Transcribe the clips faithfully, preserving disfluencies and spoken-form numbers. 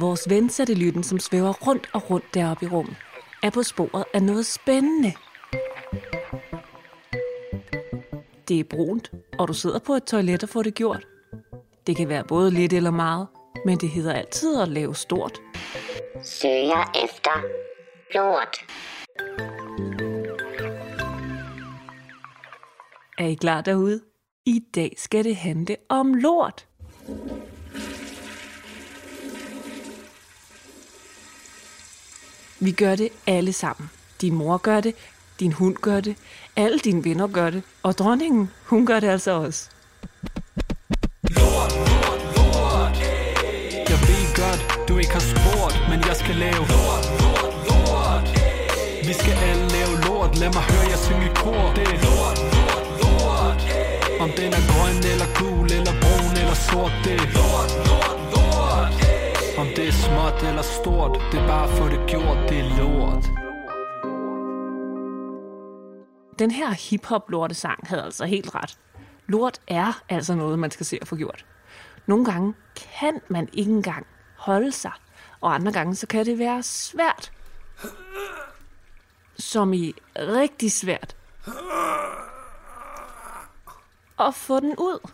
Vores ven satellitten, som svæver rundt og rundt deroppe i rummet, er på sporet af noget spændende. Det er brunt, og du sidder på et toilet og får det gjort. Det kan være både lidt eller meget, men det hedder altid at lave stort. Søger efter lort. Er I klar derude? I dag skal det handle om lort. Vi gør det alle sammen. Din mor gør det, din hund gør det, alle dine venner gør det, og dronningen, hun gør det altså også. Lort, lort, lort, hey. Jeg ved godt, du ikke har spurgt, men jeg skal lave lort, lort, lort, hey. Vi skal alle lave lort, lad mig høre jer synge i kor. Det er lort, lort, lort, hey. Om den er grøn eller gul eller brun eller sort, det er lort, lort, lort, hey. Om det er småt eller stort, det er bare at få det gjort, det er lort. Den her hip-hop-lortesang havde altså helt ret. Lort er altså noget, man skal se at få gjort. Nogle gange kan man ikke engang holde sig, og andre gange så kan det være svært. Som i rigtig svært. At få den ud.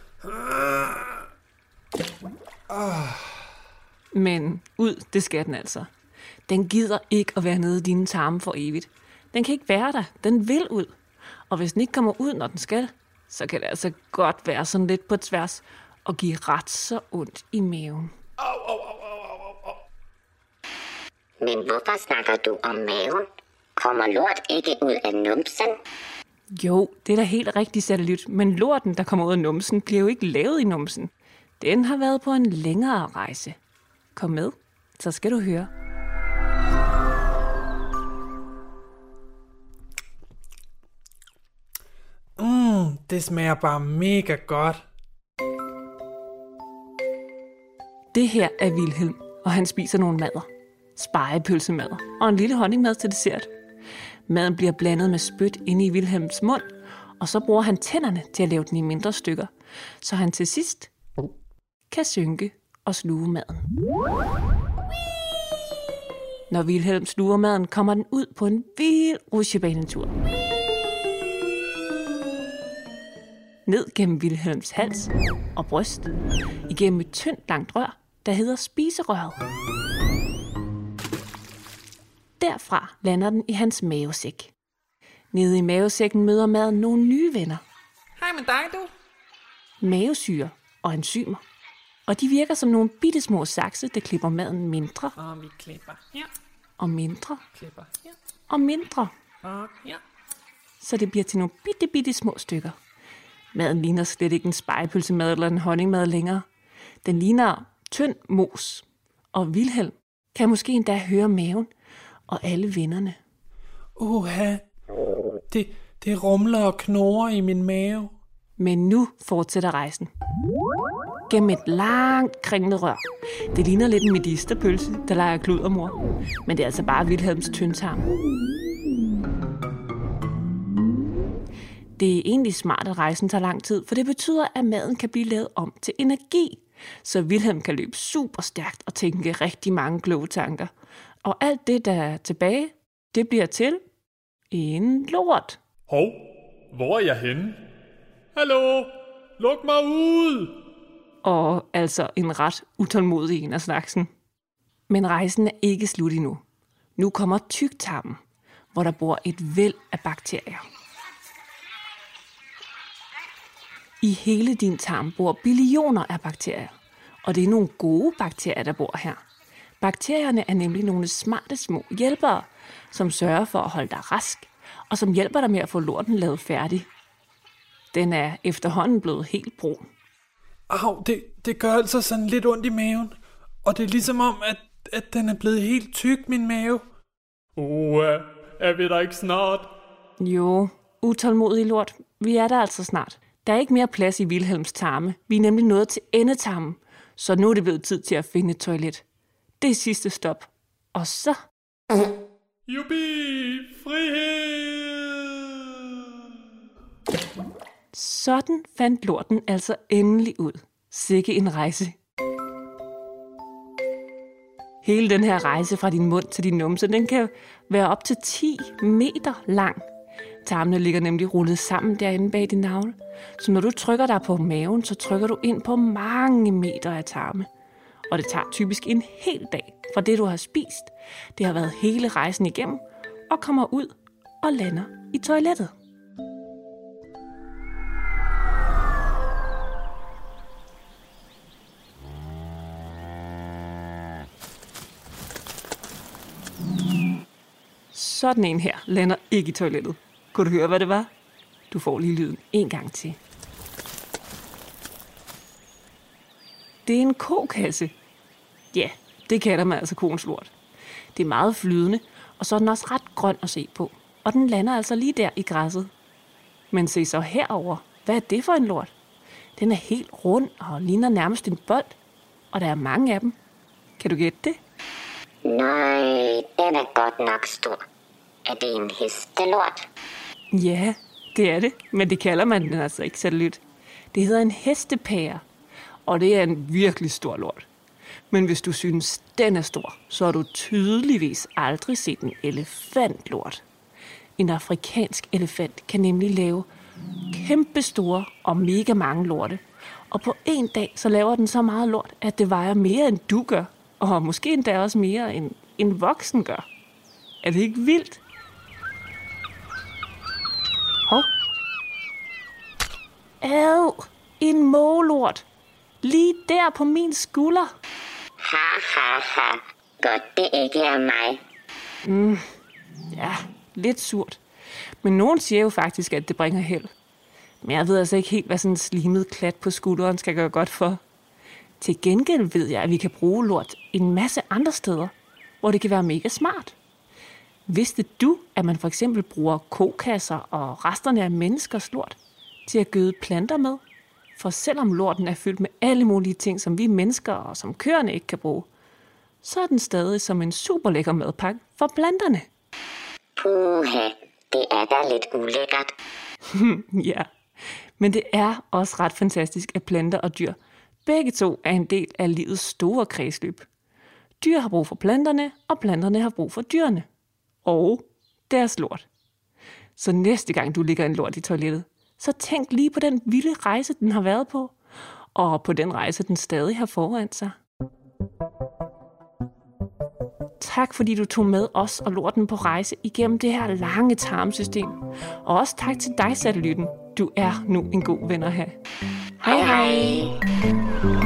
Men ud, det skal den altså. Den gider ikke at være nede i dine tarme for evigt. Den kan ikke være der. Den vil ud. Og hvis den ikke kommer ud, når den skal, så kan det altså godt være sådan lidt på tværs og give ret så ondt i maven. Au, au, au, au, au, au. Men hvorfor snakker du om maven? Kommer lort ikke ud af numsen? Jo, det er da helt rigtigt, satellit. Men lorten, der kommer ud af numsen, bliver jo ikke lavet i numsen. Den har været på en længere rejse. Kom med, så skal du høre. Mm, det smager bare mega godt. Det her er Vilhelm, og han spiser nogle madder. Spegepølsemadder og en lille honningmad til dessert. Maden bliver blandet med spyt inde i Vilhelms mund, og så bruger han tænderne til at lave den i mindre stykker, så han til sidst kan synke og sluge maden. Når Vilhelm sluger maden, kommer den ud på en vild rutsjebanetur. Ned gennem Vilhelms hals og bryst, igennem et tyndt langt rør, der hedder spiserøret. Derfra lander den i hans mavesæk. Nede i mavesækken møder maden nogle nye venner. Hej med dig, du. Mavesyre og enzymer. Og de virker som nogle bittesmå sakse, der klipper maden mindre Og vi klipper her, og mindre klipper her, og mindre, og her. så det bliver til nogle bitte, bitte små stykker. Maden ligner slet ikke en spegepølsemad eller en honningmad længere. Den ligner tynd mos. Og Vilhelm kan måske endda høre maven og alle vennerne. Uha, det, det rumler og knurrer i min mave. Men nu fortsætter rejsen. Gennem et langt kringlet rør. Det ligner lidt en medisterpølse, der leger kludermor. Men det er altså bare Vilhelms tyndtarm. Det er egentlig smart, at rejsen tager lang tid, for det betyder, at maden kan blive lavet om til energi. Så Vilhelm kan løbe super stærkt og tænke rigtig mange kloge tanker. Og alt det, der er tilbage, det bliver til en lort. Hov, hvor er jeg henne? Hallo, luk mig ud! Og altså en ret utålmodig en af slagsen. Men rejsen er ikke slut endnu. Nu kommer tyktarmen, hvor der bor et væld af bakterier. I hele din tarm bor billioner af bakterier, og det er nogle gode bakterier, der bor her. Bakterierne er nemlig nogle smarte små hjælpere, som sørger for at holde dig rask, og som hjælper dig med at få lorten lavet færdig. Den er efterhånden blevet helt brun. Au, det, det gør altså sådan lidt ondt i maven. Og det er ligesom om, at, at den er blevet helt tyk, min mave. Uh, er vi der ikke snart? Jo, utålmodig lort. Vi er der altså snart. Der er ikke mere plads i Vilhelms tarme. Vi er nemlig nået til endetarmen, så nu er det blevet tid til at finde et toilet. Det er sidste stop. Og så... Jubi! Frihed! Sådan fandt lorten altså endelig ud. Sikke en rejse. Hele den her rejse fra din mund til din numse, den kan være op til ti meter lang. Tarmene ligger nemlig rullet sammen derinde bag din navle. Så når du trykker dig på maven, så trykker du ind på mange meter af tarme. Og det tager typisk en hel dag fra det, du har spist. Det har været hele rejsen igennem, og kommer ud og lander i toilettet. Sådan en her lander ikke i toilettet. Kunne du høre, hvad det var? Du får lige lyden en gang til. Det er en kokasse. Ja, det kalder man altså koens lort. Det er meget flydende, og så er den også ret grøn at se på. Og den lander altså lige der i græsset. Men se så herover. Hvad er det for en lort? Den er helt rund og ligner nærmest en bold. Og der er mange af dem. Kan du gætte det? Nej, den er godt nok stor. Er det en hestelort? Ja, det er det. Men det kalder man den altså ikke så lyt. Det hedder en hestepære. Og det er en virkelig stor lort. Men hvis du synes, den er stor, så har du tydeligvis aldrig set en elefantlort. En afrikansk elefant kan nemlig lave kæmpe store og mega mange lorte. Og på en dag, så laver den så meget lort, at det vejer mere end du gør. Og måske endda også mere end en voksen gør. Er det ikke vildt? Hov. Ad, en mågelort. Lige der på min skulder. Ha, ha, ha. Godt det ikke er mig. Mm, ja, lidt surt. Men nogen siger jo faktisk, at det bringer held. Men jeg ved altså ikke helt, hvad sådan en slimet klat på skulderen skal gøre godt for. Til gengæld ved jeg, at vi kan bruge lort en masse andre steder, hvor det kan være mega smart. Vidste du, at man for eksempel bruger kokasser og resterne af menneskers lort til at gøde planter med? For selvom lorten er fyldt med alle mulige ting, som vi mennesker og som køerne ikke kan bruge, så er den stadig som en super lækker madpakke for planterne. Puha, det er da lidt ulækkert. Ja, men det er også ret fantastisk, at planter og dyr begge to er en del af livets store kredsløb. Dyr har brug for planterne, og planterne har brug for dyrene. Og deres lort. Så næste gang du ligger en lort i toilettet, så tænk lige på den vilde rejse, den har været på, og på den rejse, den stadig har foran sig. Tak fordi du tog med os og lorten på rejse igennem det her lange tarmsystem. Og også tak til dig, satellitten. Du er nu en god ven at have. Hej hej!